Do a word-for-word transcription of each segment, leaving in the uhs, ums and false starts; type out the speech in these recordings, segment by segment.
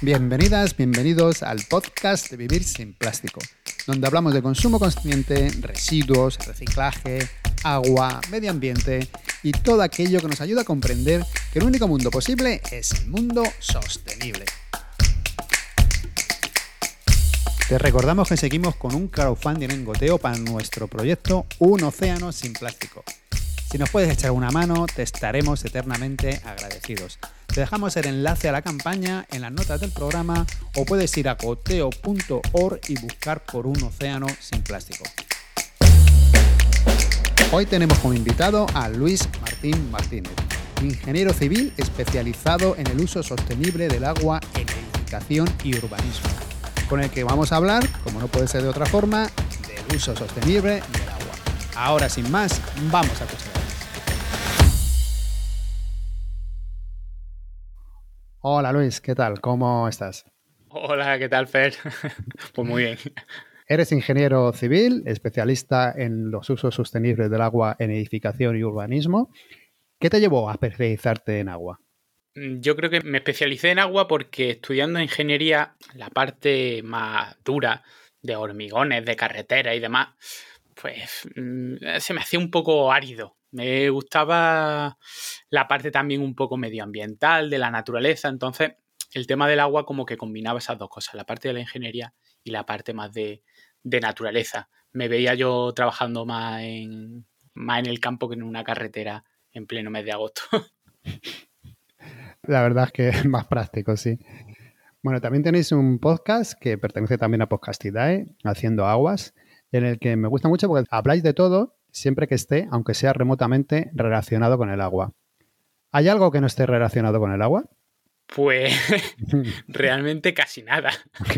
Bienvenidas, bienvenidos al podcast de Vivir sin Plástico, donde hablamos de consumo consciente, residuos, reciclaje, agua, medio ambiente y todo aquello que nos ayuda a comprender que el único mundo posible es el mundo sostenible. Te recordamos que seguimos con un crowdfunding en goteo para nuestro proyecto Un Océano Sin Plástico. Si nos puedes echar una mano, te estaremos eternamente agradecidos. Te dejamos el enlace a la campaña en las notas del programa o puedes ir a goteo punto org y buscar por Un Océano Sin Plástico. Hoy tenemos como invitado a Luis Martín Martínez, ingeniero civil especializado en el uso sostenible del agua en edificación y urbanismo, con el que vamos a hablar, como no puede ser de otra forma, del uso sostenible del agua. Ahora, sin más, vamos a escuchar. Hola Luis, ¿qué tal? ¿Cómo estás? Hola, ¿qué tal, Fer? Pues muy bien. Eres ingeniero civil, especialista en los usos sostenibles del agua en edificación y urbanismo. ¿Qué te llevó a especializarte en agua? Yo creo que me especialicé en agua porque estudiando ingeniería, la parte más dura de hormigones, de carretera y demás, pues se me hacía un poco árido. Me gustaba la parte también un poco medioambiental, de la naturaleza. Entonces, el tema del agua como que combinaba esas dos cosas, la parte de la ingeniería y la parte más de, de naturaleza. Me veía yo trabajando más en, más en el campo que en una carretera en pleno mes de agosto. La verdad es que es más práctico, sí. Bueno, también tenéis un podcast que pertenece también a Podcastidae, Haciendo Aguas, en el que me gusta mucho porque habláis de todo siempre que esté, aunque sea remotamente, relacionado con el agua. ¿Hay algo que no esté relacionado con el agua? Pues realmente casi nada.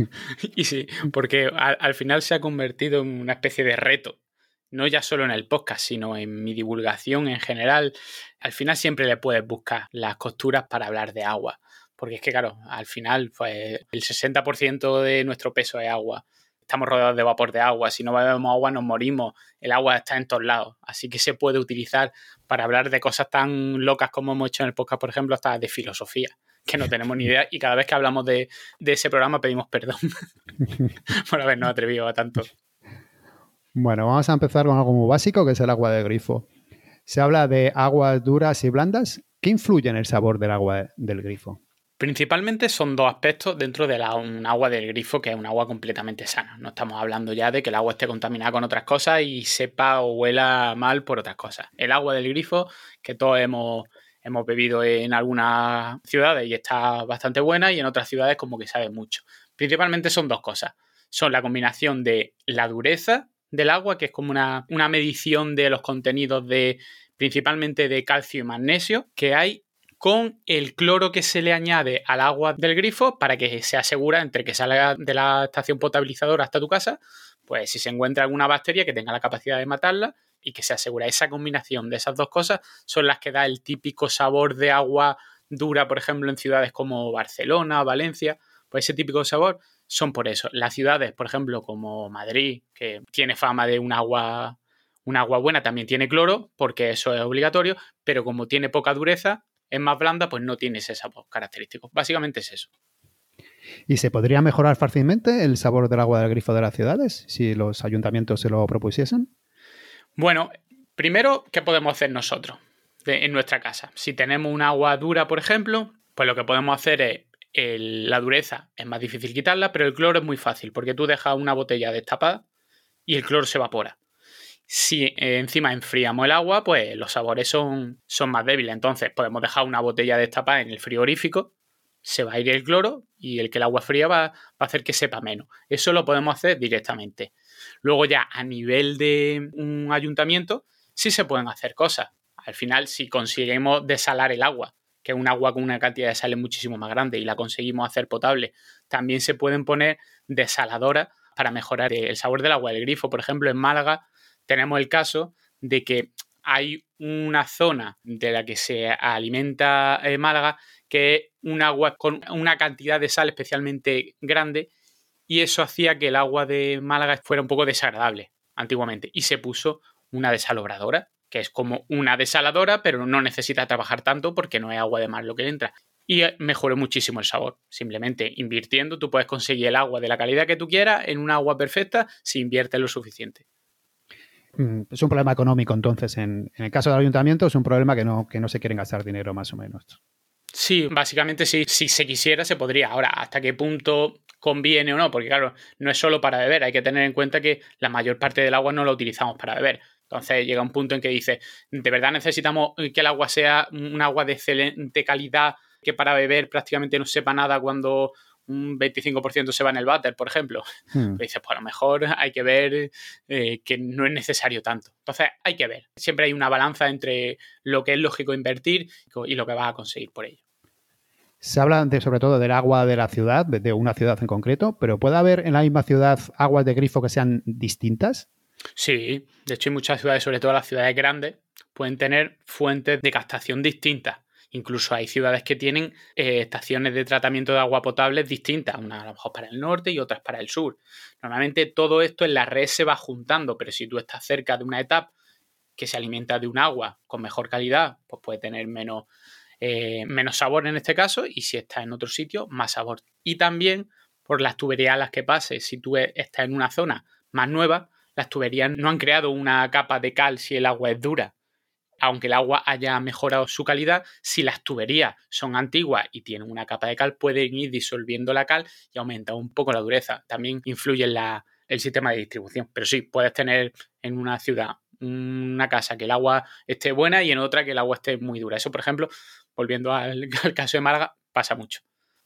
Y sí, porque al, al final se ha convertido en una especie de reto. No ya solo en el podcast, sino en mi divulgación en general. Al final siempre le puedes buscar las costuras para hablar de agua. Porque es que, claro, al final pues, el sesenta por ciento de nuestro peso es agua. Estamos rodeados de vapor de agua. Si no bebemos agua nos morimos. El agua está en todos lados. Así que se puede utilizar para hablar de cosas tan locas como hemos hecho en el podcast, por ejemplo, hasta de filosofía, que no tenemos ni idea. Y cada vez que hablamos de, de ese programa pedimos perdón por habernos atrevido a tanto. Bueno, vamos a empezar con algo muy básico, que es el agua de grifo. Se habla de aguas duras y blandas. ¿Qué influye en el sabor del agua del grifo? Principalmente son dos aspectos dentro de la, un agua del grifo, que es un agua completamente sana. No estamos hablando ya de que el agua esté contaminada con otras cosas y sepa o huela mal por otras cosas. El agua del grifo, que todos hemos, hemos bebido en algunas ciudades y está bastante buena, y en otras ciudades como que sabe mucho. Principalmente son dos cosas. Son la combinación de la dureza del agua, que es como una, una medición de los contenidos de principalmente de calcio y magnesio que hay, con el cloro que se le añade al agua del grifo para que se asegura entre que salga de la estación potabilizadora hasta tu casa, pues si se encuentra alguna bacteria que tenga la capacidad de matarla, y que se asegura. Esa combinación de esas dos cosas son las que da el típico sabor de agua dura, por ejemplo, en ciudades como Barcelona, Valencia. Pues ese típico sabor son por eso. Las ciudades, por ejemplo, como Madrid, que tiene fama de un agua, un agua buena, también tiene cloro, porque eso es obligatorio, pero como tiene poca dureza, es más blanda, pues no tiene ese sabor característico. Básicamente es eso. ¿Y se podría mejorar fácilmente el sabor del agua del grifo de las ciudades si los ayuntamientos se lo propusiesen? Bueno, primero, ¿qué podemos hacer nosotros de, en nuestra casa? Si tenemos un agua dura, por ejemplo, pues lo que podemos hacer es, el, la dureza es más difícil quitarla, pero el cloro es muy fácil, porque tú dejas una botella destapada y el cloro se evapora. Si eh, encima enfriamos el agua, pues los sabores son, son más débiles. Entonces podemos dejar una botella destapada en el frigorífico, se va a ir el cloro y el que el agua fría va, va a hacer que sepa menos. Eso lo podemos hacer directamente. Luego ya a nivel de un ayuntamiento sí se pueden hacer cosas. Al final, si conseguimos desalar el agua, que es un agua con una cantidad de sales muchísimo más grande, y la conseguimos hacer potable, también se pueden poner desaladoras para mejorar el sabor del agua del grifo. Por ejemplo, en Málaga tenemos el caso de que hay una zona de la que se alimenta eh, Málaga que es un agua con una cantidad de sal especialmente grande, y eso hacía que el agua de Málaga fuera un poco desagradable antiguamente, y se puso una desalobradora, que es como una desaladora, pero no necesita trabajar tanto porque no es agua de mar lo que entra. y mejoró muchísimo el sabor. Simplemente invirtiendo, tú puedes conseguir el agua de la calidad que tú quieras en un agua perfecta si inviertes lo suficiente. Es un problema económico, entonces, en, en el caso del ayuntamiento es un problema que no, que no se quieren gastar dinero, más o menos. Sí, básicamente sí. Si se quisiera, se podría. Ahora, ¿hasta qué punto conviene o no? Porque claro, no es solo para beber. Hay que tener en cuenta que la mayor parte del agua no la utilizamos para beber. Entonces llega un punto en que dice, ¿de verdad necesitamos que el agua sea un agua de excelente calidad que para beber prácticamente no sepa nada cuando un veinticinco por ciento se va en el váter, por ejemplo? Hmm. Pues dices, pues a lo mejor hay que ver eh, que no es necesario tanto. Entonces hay que ver. Siempre hay una balanza entre lo que es lógico invertir y lo que vas a conseguir por ello. Se habla de, sobre todo del agua de la ciudad, de una ciudad en concreto, pero ¿puede haber en la misma ciudad aguas de grifo que sean distintas? Sí, de hecho hay muchas ciudades, sobre todo las ciudades grandes, pueden tener fuentes de captación distintas. Incluso hay ciudades que tienen eh, estaciones de tratamiento de agua potable distintas, unas a lo mejor para el norte y otras para el sur. Normalmente todo esto en la red se va juntando, pero si tú estás cerca de una etapa que se alimenta de un agua con mejor calidad, pues puede tener menos, eh, menos sabor en este caso, y si estás en otro sitio, más sabor. Y también por las tuberías a las que pases, si tú estás en una zona más nueva, las tuberías no han creado una capa de cal si el agua es dura. Aunque el agua haya mejorado su calidad, si las tuberías son antiguas y tienen una capa de cal, pueden ir disolviendo la cal y aumentar un poco la dureza. También influye en la, el sistema de distribución. Pero sí, puedes tener en una ciudad una casa que el agua esté buena y en otra que el agua esté muy dura. Eso, por ejemplo, volviendo al, al caso de Málaga, pasa mucho.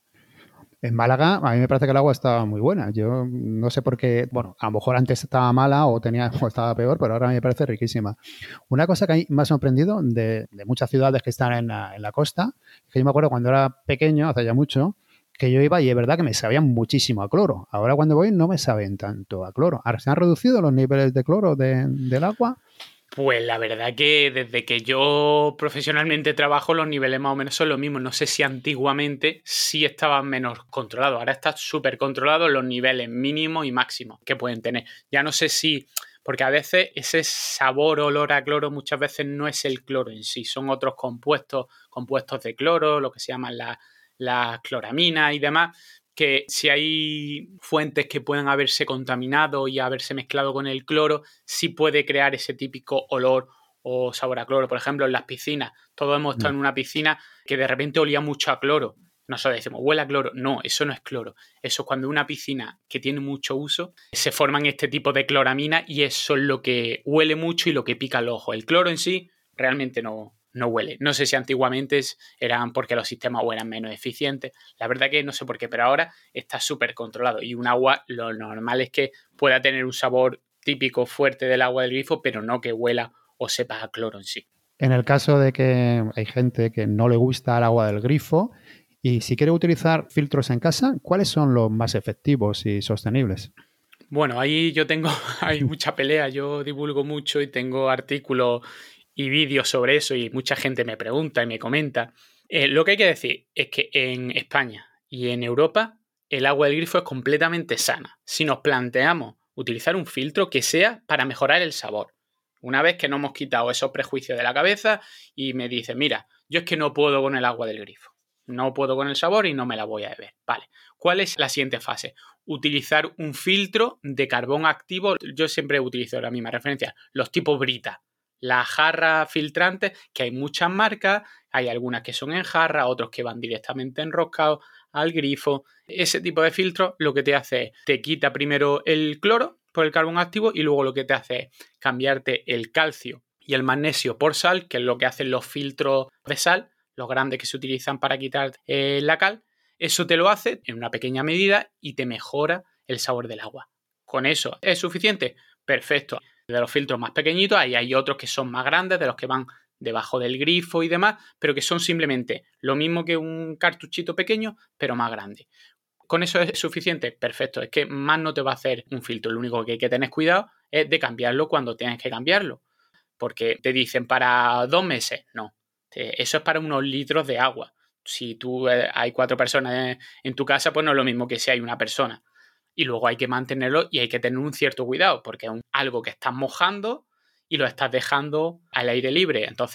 En Málaga, a mí me parece que el agua estaba muy buena. Yo no sé por qué, bueno, a lo mejor antes estaba mala o, tenía, o estaba peor, pero ahora me parece riquísima. Una cosa que a mí me ha sorprendido de, de muchas ciudades que están en la, en la costa, es que yo me acuerdo cuando era pequeño, hace ya mucho, que yo iba y es verdad que me sabían muchísimo a cloro. Ahora cuando voy no me saben tanto a cloro. ¿Ahora se han reducido los niveles de cloro de, del agua? Pues la verdad que desde que yo profesionalmente trabajo los niveles más o menos son los mismos. No sé si antiguamente sí estaban menos controlados. Ahora está súper controlado los niveles mínimos y máximos que pueden tener. Ya no sé si... Porque a veces ese sabor o olor a cloro muchas veces no es el cloro en sí. Son otros compuestos, compuestos de cloro, lo que se llaman las la cloraminas y demás, que si hay fuentes que pueden haberse contaminado y haberse mezclado con el cloro, sí puede crear ese típico olor o sabor a cloro. Por ejemplo, en las piscinas, todos hemos estado en una piscina que de repente olía mucho a cloro. Nosotros decimos, huele a cloro. No, eso no es cloro. Eso es cuando una piscina que tiene mucho uso, se forman este tipo de cloramina y eso es lo que huele mucho y lo que pica el ojo. El cloro en sí realmente no... no huele. No sé si antiguamente eran porque los sistemas o eran menos eficientes. La verdad que no sé por qué, pero ahora está súper controlado. Y un agua, lo normal es que pueda tener un sabor típico fuerte del agua del grifo, pero no que huela o sepa a cloro en sí. En el caso de que hay gente que no le gusta el agua del grifo y si quiere utilizar filtros en casa, ¿cuáles son los más efectivos y sostenibles? Bueno, ahí yo tengo, hay mucha pelea. Yo divulgo mucho y tengo artículos y vídeos sobre eso y mucha gente me pregunta y me comenta. Eh, lo que hay que decir es que en España y en Europa el agua del grifo es completamente sana. Si nos planteamos utilizar un filtro que sea para mejorar el sabor. Una vez que no hemos quitado esos prejuicios de la cabeza y me dicen, mira, yo es que no puedo con el agua del grifo. No puedo con el sabor y no me la voy a beber. Vale. ¿Cuál es la siguiente fase? Utilizar un filtro de carbón activo. Yo siempre utilizo la misma referencia, los tipos Brita. Las jarras filtrantes, que hay muchas marcas, hay algunas que son en jarra, otros que van directamente enroscados al grifo. Ese tipo de filtro lo que te hace es, te quita primero el cloro por el carbón activo y luego lo que te hace es cambiarte el calcio y el magnesio por sal, que es lo que hacen los filtros de sal, los grandes que se utilizan para quitar eh, la cal. Eso te lo hace en una pequeña medida y te mejora el sabor del agua. ¿Con eso es suficiente? Perfecto. De los filtros más pequeñitos, ahí hay otros que son más grandes, de los que van debajo del grifo y demás, pero que son simplemente lo mismo que un cartuchito pequeño, pero más grande. ¿Con eso es suficiente? Perfecto. Es que más no te va a hacer un filtro. Lo único que hay que tener cuidado es de cambiarlo cuando tienes que cambiarlo. Porque te dicen para dos meses. No. Eso es para unos litros de agua. Si tú eh, hay cuatro personas en tu casa, pues no es lo mismo que si hay una persona. Y luego hay que mantenerlo y hay que tener un cierto cuidado porque es un, algo que estás mojando y lo estás dejando al aire libre. Entonces,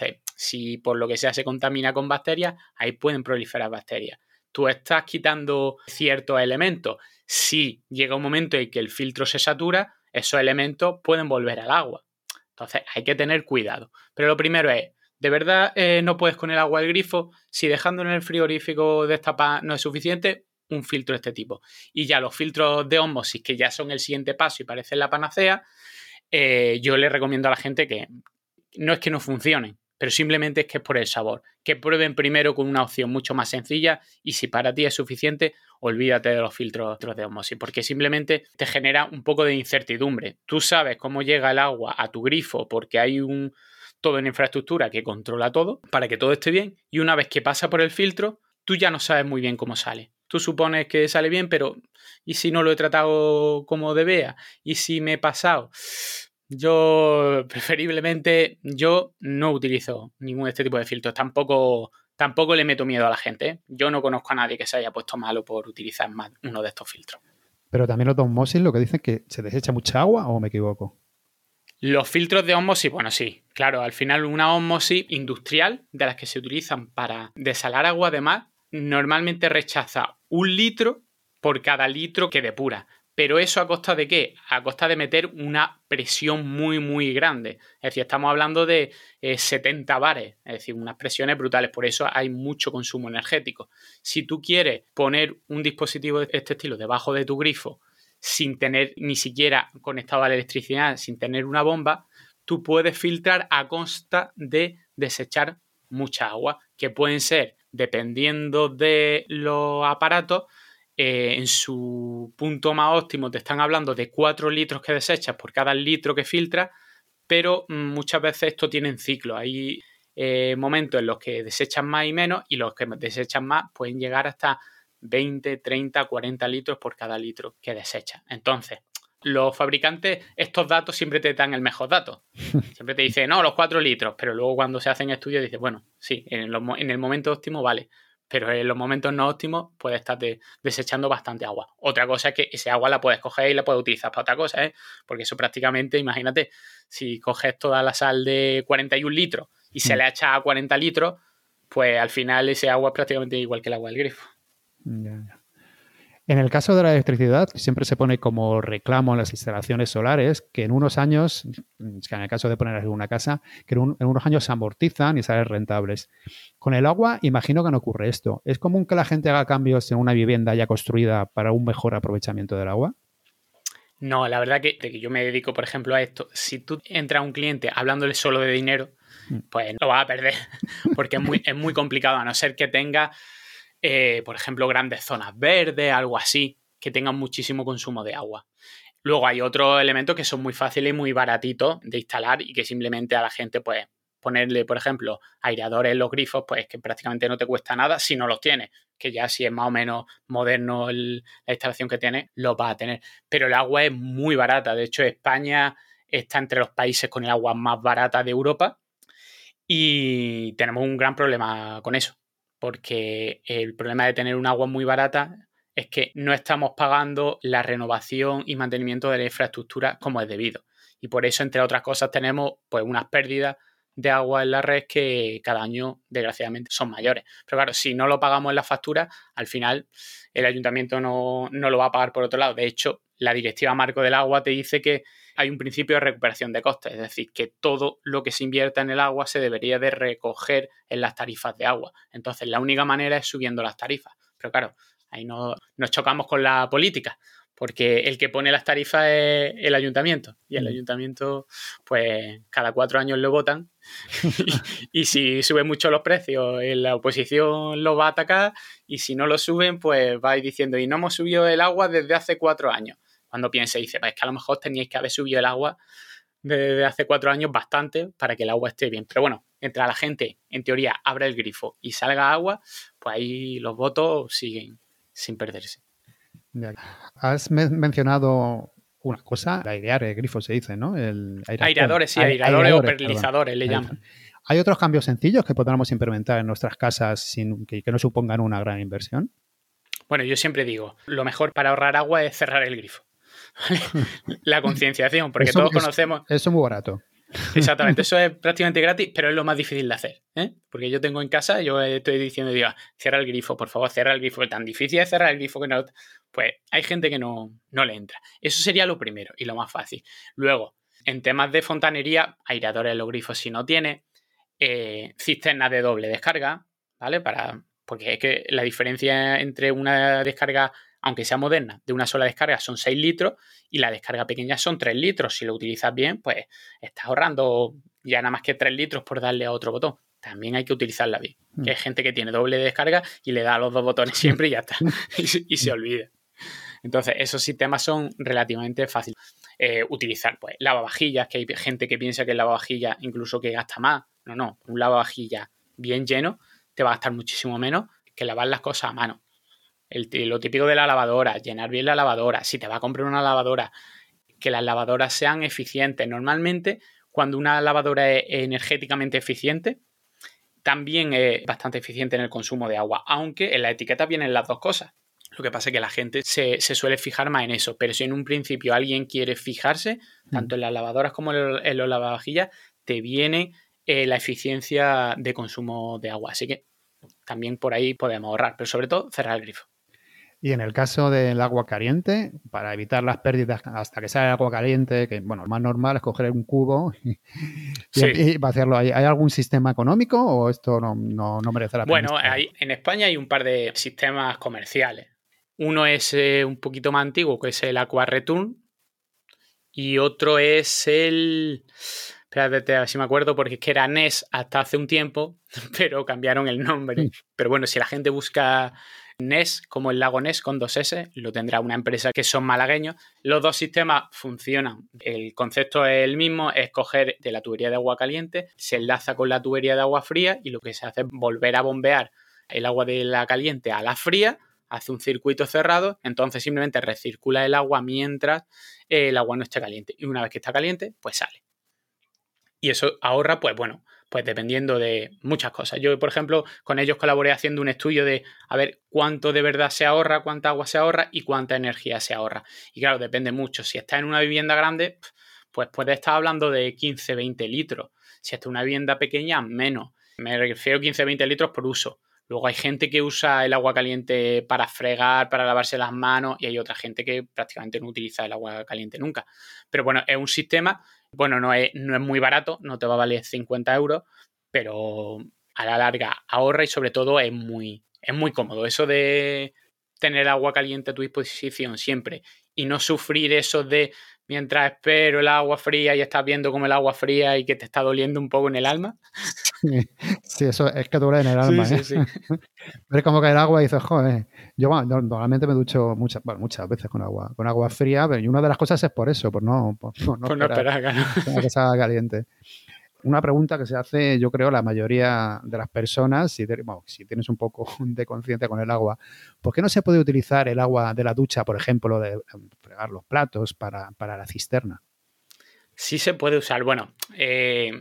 Si por lo que sea se contamina con bacterias, ahí pueden proliferar bacterias. Tú estás quitando ciertos elementos. Si llega un momento en que el filtro se satura, esos elementos pueden volver al agua. Entonces hay que tener cuidado. Pero lo primero es, ¿de verdad eh, no puedes con el agua del grifo? Si dejándolo en el frigorífico destapar no es suficiente, un filtro de este tipo. Y ya los filtros de ósmosis, que ya son el siguiente paso y parecen la panacea, eh, yo le recomiendo a la gente que no es que no funcionen, pero simplemente es que es por el sabor. Que prueben primero con una opción mucho más sencilla y si para ti es suficiente, olvídate de los filtros de ósmosis, porque simplemente te genera un poco de incertidumbre. Tú sabes cómo llega el agua a tu grifo porque hay un todo en infraestructura que controla todo para que todo esté bien y una vez que pasa por el filtro, tú ya no sabes muy bien cómo sale. Tú supones que sale bien, pero ¿y si no lo he tratado como debía? ¿Y si me he pasado? Yo, preferiblemente, yo no utilizo ningún de este tipo de filtros. Tampoco, tampoco le meto miedo a la gente, ¿eh? Yo no conozco a nadie que se haya puesto malo por utilizar más uno de estos filtros. Pero también los de osmosis, lo que dicen que se desecha mucha agua, ¿o me equivoco? Los filtros de ósmosis, bueno, sí. Claro, al final una ósmosis industrial, de las que se utilizan para desalar agua de mar, normalmente rechaza un litro por cada litro que depura. Pero eso ¿a costa de qué? A costa de meter una presión muy, muy grande. Es decir, estamos hablando de eh, setenta bares, es decir, unas presiones brutales. Por eso hay mucho consumo energético. Si tú quieres poner un dispositivo de este estilo debajo de tu grifo sin tener ni siquiera conectado a la electricidad, sin tener una bomba, tú puedes filtrar a costa de desechar mucha agua, que pueden ser, dependiendo de los aparatos, Eh, en su punto más óptimo te están hablando de cuatro litros que desechas por cada litro que filtras, pero mm, muchas veces esto tiene ciclos. Hay eh, momentos en los que desechan más y menos y los que desechan más pueden llegar hasta veinte, treinta, cuarenta litros por cada litro que desechas. Entonces, los fabricantes, estos datos siempre te dan el mejor dato. Siempre te dicen, no, los cuatro litros, pero luego cuando se hacen estudios dices, bueno, sí, en, los, en el momento óptimo vale. Pero en los momentos no óptimos puedes estar de, desechando bastante agua. Otra cosa es que ese agua la puedes coger y la puedes utilizar para otra cosa, ¿eh? Porque eso prácticamente, imagínate, si coges toda la sal de cuarenta y un litros y se mm. le echa a cuarenta litros, pues al final ese agua es prácticamente igual que el agua del grifo. Ya, ya. En el caso de la electricidad, siempre se pone como reclamo en las instalaciones solares que en unos años, en el caso de poner una casa, que en, un, en unos años se amortizan y salen rentables. Con el agua, imagino que no ocurre esto. ¿Es común que la gente haga cambios en una vivienda ya construida para un mejor aprovechamiento del agua? No, la verdad que, que yo me dedico, por ejemplo, a esto. Si tú entras a un cliente hablándole solo de dinero, pues lo vas a perder, porque es muy, es muy complicado, a no ser que tenga... Eh, por ejemplo, grandes zonas verdes, algo así, que tengan muchísimo consumo de agua. Luego hay otros elementos que son muy fáciles y muy baratitos de instalar y que simplemente a la gente, pues, ponerle, por ejemplo, aireadores en los grifos, pues que prácticamente no te cuesta nada si no los tienes, que ya si es más o menos moderno el, la instalación que tienes, los vas a tener. Pero el agua es muy barata. De hecho, España está entre los países con el agua más barata de Europa y tenemos un gran problema con eso. Porque el problema de tener un agua muy barata es que no estamos pagando la renovación y mantenimiento de la infraestructura como es debido. Y por eso, entre otras cosas, tenemos pues unas pérdidas de agua en la red que cada año, desgraciadamente, son mayores. Pero claro, si no lo pagamos en la factura, al final el ayuntamiento no, no lo va a pagar por otro lado. De hecho, la Directiva Marco del Agua te dice que hay un principio de recuperación de costes, es decir, que todo lo que se invierta en el agua se debería de recoger en las tarifas de agua. Entonces, la única manera es subiendo las tarifas. Pero claro, ahí no, nos chocamos con la política, porque el que pone las tarifas es el ayuntamiento. Y el ayuntamiento, pues, cada cuatro años lo votan. y, y si suben mucho los precios, la oposición lo va a atacar. Y si no lo suben, pues va a ir diciendo, y no hemos subido el agua desde hace cuatro años. Cuando piense y dice, pues es que a lo mejor teníais que haber subido el agua desde hace cuatro años bastante para que el agua esté bien. Pero bueno, mientras la gente, en teoría, abra el grifo y salga agua, pues ahí los votos siguen sin perderse. Has men- mencionado una cosa, airear el grifo se dice, ¿no? El aireadores, sí, aireadores, aireadores o perlizadores le llaman. ¿Hay otros cambios sencillos que podamos implementar en nuestras casas sin que, que no supongan una gran inversión? Bueno, yo siempre digo, lo mejor para ahorrar agua es cerrar el grifo. La concienciación, porque eso, todos es, conocemos... Eso es muy barato. Exactamente, eso es prácticamente gratis, pero es lo más difícil de hacer, ¿eh? Porque yo tengo en casa, yo estoy diciendo, digo, cierra el grifo, por favor, cierra el grifo, es tan difícil es cerrar el grifo que no... Pues hay gente que no, no le entra. Eso sería lo primero y lo más fácil. Luego, en temas de fontanería, aireadores en los grifos si no tiene, eh, cisternas de doble descarga, ¿vale? Para, porque es que la diferencia entre una descarga, aunque sea moderna, de una sola descarga son seis litros y la descarga pequeña son tres litros. Si lo utilizas bien, pues estás ahorrando ya nada más que tres litros por darle a otro botón. También hay que utilizarla bien. Mm. Que hay gente que tiene doble descarga y le da a los dos botones siempre y ya está. y, y se olvida. Entonces, esos sistemas son relativamente fáciles. Eh, utilizar, pues, lavavajillas, que hay gente que piensa que el lavavajillas incluso que gasta más. No, no. Un lavavajillas bien lleno te va a gastar muchísimo menos que lavar las cosas a mano. El, lo típico de la lavadora, llenar bien la lavadora. Si te vas a comprar una lavadora, que las lavadoras sean eficientes. Normalmente, cuando una lavadora es energéticamente eficiente, también es bastante eficiente en el consumo de agua, aunque en la etiqueta vienen las dos cosas. Lo que pasa es que la gente se, se suele fijar más en eso, pero si en un principio alguien quiere fijarse, tanto en las lavadoras como en, en los lavavajillas, te viene eh, la eficiencia de consumo de agua. Así que también por ahí podemos ahorrar, pero sobre todo cerrar el grifo. Y en el caso del agua caliente, para evitar las pérdidas hasta que sale el agua caliente, que bueno, lo más normal es coger un cubo y, sí. y vaciarlo. ¿Hay, ¿Hay algún sistema económico o esto no, no, no merece la pena? Bueno, hay, en España hay un par de sistemas comerciales. Uno es eh, un poquito más antiguo, que es el Aqua Return, y otro es el... Espérate, a ver si me acuerdo, porque es que era N E S hasta hace un tiempo, pero cambiaron el nombre. Pero bueno, si la gente busca N E S, como el lago N E S con dos S, lo tendrá una empresa que son malagueños. Los dos sistemas funcionan. El concepto es el mismo, es coger de la tubería de agua caliente, se enlaza con la tubería de agua fría y lo que se hace es volver a bombear el agua de la caliente a la fría, hace un circuito cerrado, entonces simplemente recircula el agua mientras el agua no esté caliente. Y una vez que está caliente, pues sale. Y eso ahorra, pues bueno, pues dependiendo de muchas cosas. Yo, por ejemplo, con ellos colaboré haciendo un estudio de a ver cuánto de verdad se ahorra, cuánta agua se ahorra y cuánta energía se ahorra. Y claro, depende mucho. Si estás en una vivienda grande, pues puedes estar hablando de quince a veinte litros. Si estás en una vivienda pequeña, menos. Me refiero a quince a veinte litros por uso. Luego hay gente que usa el agua caliente para fregar, para lavarse las manos y hay otra gente que prácticamente no utiliza el agua caliente nunca. Pero bueno, es un sistema, bueno, no es, no es muy barato, no te va a valer cincuenta euros, pero a la larga ahorra y sobre todo es muy, es muy cómodo. Eso de tener agua caliente a tu disposición siempre y no sufrir eso de mientras espero el agua fría y estás viendo como el agua fría y que te está doliendo un poco en el alma. Sí, sí, eso es que duele en el alma. Sí, ¿eh? sí, sí. Ves como cae el agua y dices, joder, yo bueno, normalmente me ducho muchas, bueno, muchas veces con agua, con agua fría, pero y una de las cosas es por eso, por no, por, por no, por no esperar, esperar claro. que se haga caliente. Una pregunta que se hace, yo creo, la mayoría de las personas, si, te, bueno, si tienes un poco de conciencia con el agua, ¿por qué no se puede utilizar el agua de la ducha, por ejemplo, de fregar los platos para, para la cisterna? Sí se puede usar. Bueno, eh,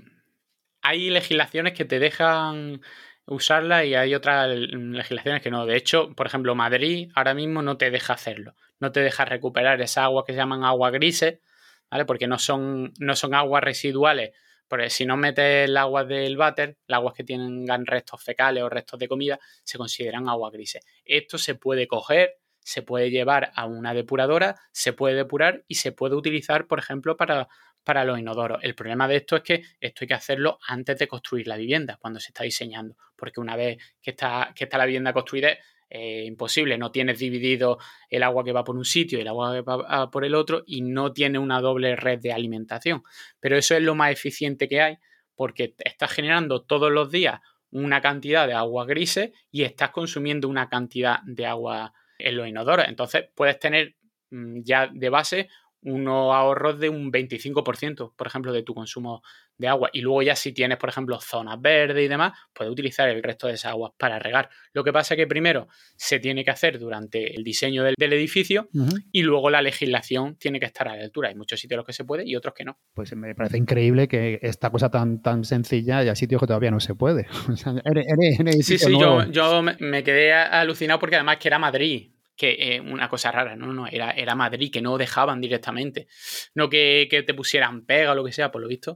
hay legislaciones que te dejan usarla y hay otras legislaciones que no. De hecho, por ejemplo, Madrid ahora mismo no te deja hacerlo. No te deja recuperar esas aguas que se llaman aguas grises, ¿vale? Porque no son, no son aguas residuales. Porque si no metes el agua del váter, las aguas que tengan restos fecales o restos de comida, se consideran aguas grises. Esto se puede coger, se puede llevar a una depuradora, se puede depurar y se puede utilizar, por ejemplo, para, para los inodoros. El problema de esto es que esto hay que hacerlo antes de construir la vivienda, cuando se está diseñando. Porque una vez que está, que está la vivienda construida, Eh, imposible, no tienes dividido el agua que va por un sitio y el agua que va por el otro y no tiene una doble red de alimentación. Pero eso es lo más eficiente que hay porque estás generando todos los días una cantidad de aguas grises y estás consumiendo una cantidad de agua en los inodoros. Entonces puedes tener ya de base unos ahorros de un veinticinco por ciento, por ejemplo, de tu consumo de agua. Y luego ya si tienes, por ejemplo, zonas verdes y demás, puedes utilizar el resto de esas aguas para regar. Lo que pasa es que primero se tiene que hacer durante el diseño del, del edificio uh-huh. y luego la legislación tiene que estar a la altura. Hay muchos sitios en los que se puede y otros que no. Pues me parece increíble que esta cosa tan, tan sencilla haya sitios que todavía no se puede. O sea, eres, eres, eres sí, sí, yo, yo me quedé alucinado porque además que era Madrid. Que eh, una cosa rara, no, no, era, era Madrid, que no dejaban directamente. No que, que te pusieran pega o lo que sea, por lo visto.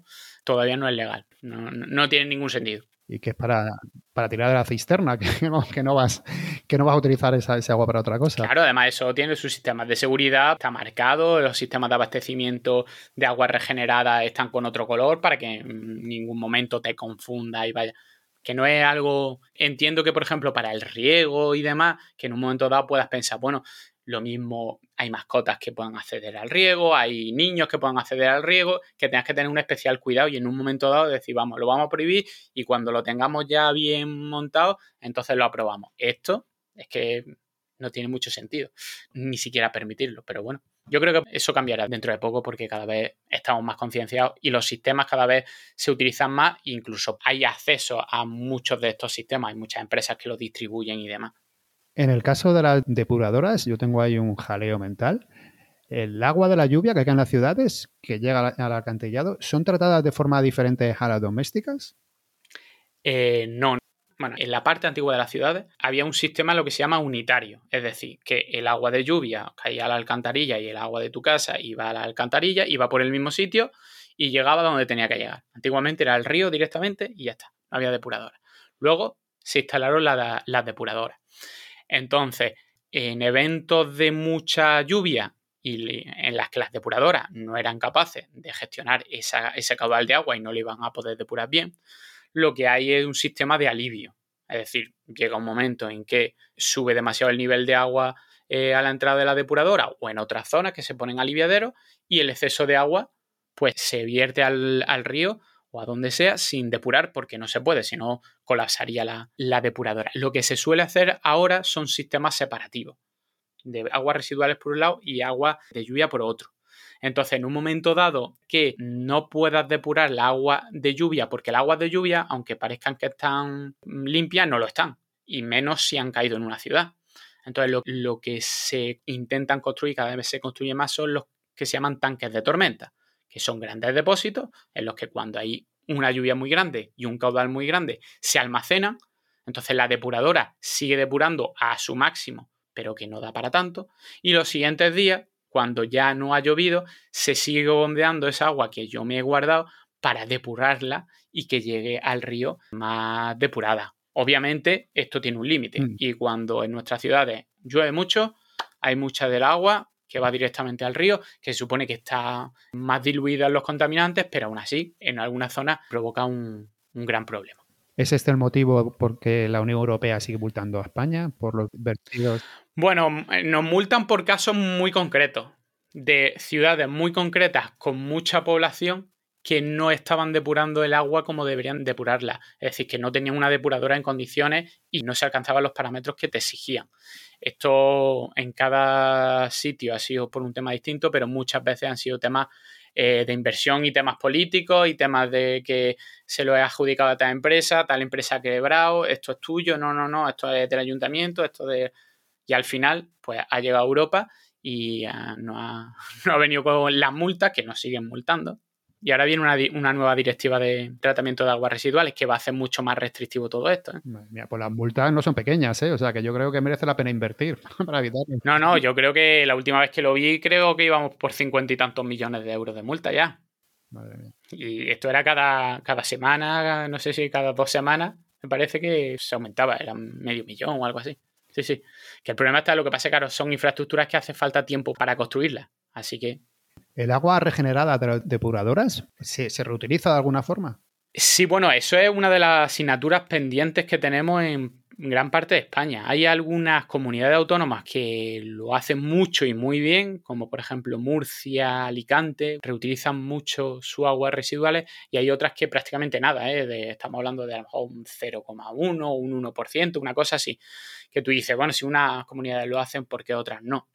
todavía no es legal. No, no, no tiene ningún sentido. Y que es para, para tirar de la cisterna, que no, que no vas que no vas a utilizar esa, ese agua para otra cosa. Claro, además eso tiene sus sistemas de seguridad, está marcado, los sistemas de abastecimiento de agua regenerada están con otro color para que en ningún momento te confunda y vaya. Que no es algo... Entiendo que, por ejemplo, para el riego y demás, que en un momento dado puedas pensar, bueno, lo mismo hay mascotas que puedan acceder al riego, hay niños que puedan acceder al riego, que tengas que tener un especial cuidado y en un momento dado decir, vamos, lo vamos a prohibir y cuando lo tengamos ya bien montado, entonces lo aprobamos. Esto es que no tiene mucho sentido, ni siquiera permitirlo, pero bueno. Yo creo que eso cambiará dentro de poco porque cada vez estamos más concienciados y los sistemas cada vez se utilizan más e incluso hay acceso a muchos de estos sistemas, hay muchas empresas que los distribuyen y demás. En el caso de las depuradoras, yo tengo ahí un jaleo mental. El agua de la lluvia que cae en las ciudades, que llega al alcantarillado, ¿son tratadas de forma diferente a las domésticas? Eh, no. Bueno, en la parte antigua de las ciudades había un sistema lo que se llama unitario, es decir, que el agua de lluvia caía a la alcantarilla y el agua de tu casa iba a la alcantarilla, iba por el mismo sitio y llegaba donde tenía que llegar. Antiguamente era el río directamente y ya está, no había depuradora. Luego se instalaron la, las depuradoras. Entonces, en eventos de mucha lluvia y en las que las depuradoras no eran capaces de gestionar esa, ese caudal de agua y no le iban a poder depurar bien, lo que hay es un sistema de alivio. Es decir, llega un momento en que sube demasiado el nivel de agua eh, a la entrada de la depuradora o en otras zonas que se ponen aliviaderos y el exceso de agua pues se vierte al, al río o a donde sea sin depurar porque no se puede, si no colapsaría la, la depuradora. Lo que se suele hacer ahora son sistemas separativos de aguas residuales por un lado y agua de lluvia por otro. Entonces, en un momento dado que no puedas depurar la agua de lluvia, porque las aguas de lluvia, aunque parezcan que están limpias, no lo están, y menos si han caído en una ciudad. Entonces, lo, lo que se intentan construir, cada vez se construye más, son los que se llaman tanques de tormenta, que son grandes depósitos en los que cuando hay una lluvia muy grande y un caudal muy grande se almacenan, entonces la depuradora sigue depurando a su máximo, pero que no da para tanto, y los siguientes días, cuando ya no ha llovido, se sigue bombeando esa agua que yo me he guardado para depurarla y que llegue al río más depurada. Obviamente, esto tiene un límite mm. y cuando en nuestras ciudades llueve mucho, hay mucha del agua que va directamente al río, que se supone que está más diluida en los contaminantes, pero aún así, en algunas zonas provoca un, un gran problema. ¿Es este el motivo por qué la Unión Europea sigue multando a España por los vertidos? Bueno, nos multan por casos muy concretos, de ciudades muy concretas con mucha población que no estaban depurando el agua como deberían depurarla. Es decir, que no tenían una depuradora en condiciones y no se alcanzaban los parámetros que te exigían. Esto en cada sitio ha sido por un tema distinto, pero muchas veces han sido temas eh, de inversión y temas políticos y temas de que se lo he adjudicado a tal empresa, tal empresa ha quebrado, esto es tuyo, no, no, no, esto es del ayuntamiento, esto de... Y al final, pues ha llegado a Europa y uh, no, ha, no ha venido con las multas que nos siguen multando. Y ahora viene una, una nueva directiva de tratamiento de aguas residuales que va a hacer mucho más restrictivo todo esto, ¿eh? Mira, pues las multas no son pequeñas, ¿eh? O sea, que yo creo que merece la pena invertir para evitarlo. No, no, yo creo que la última vez que lo vi creo que íbamos por cincuenta y tantos millones de euros de multa ya. Madre mía. Y esto era cada, cada semana, no sé si cada dos semanas, me parece que se aumentaba, era medio millón o algo así. Sí, sí. Que el problema está, lo que pasa es que claro, son infraestructuras que hace falta tiempo para construirlas. Así que... ¿El agua regenerada de las depuradoras se, se reutiliza de alguna forma? Sí, bueno, eso es una de las asignaturas pendientes que tenemos en gran parte de España. Hay algunas comunidades autónomas que lo hacen mucho y muy bien, como por ejemplo Murcia, Alicante, reutilizan mucho sus aguas residuales y hay otras que prácticamente nada, ¿eh? De, estamos hablando de a lo mejor un cero coma uno, un uno por ciento, una cosa así, que tú dices, bueno, si unas comunidades lo hacen, ¿por qué otras no?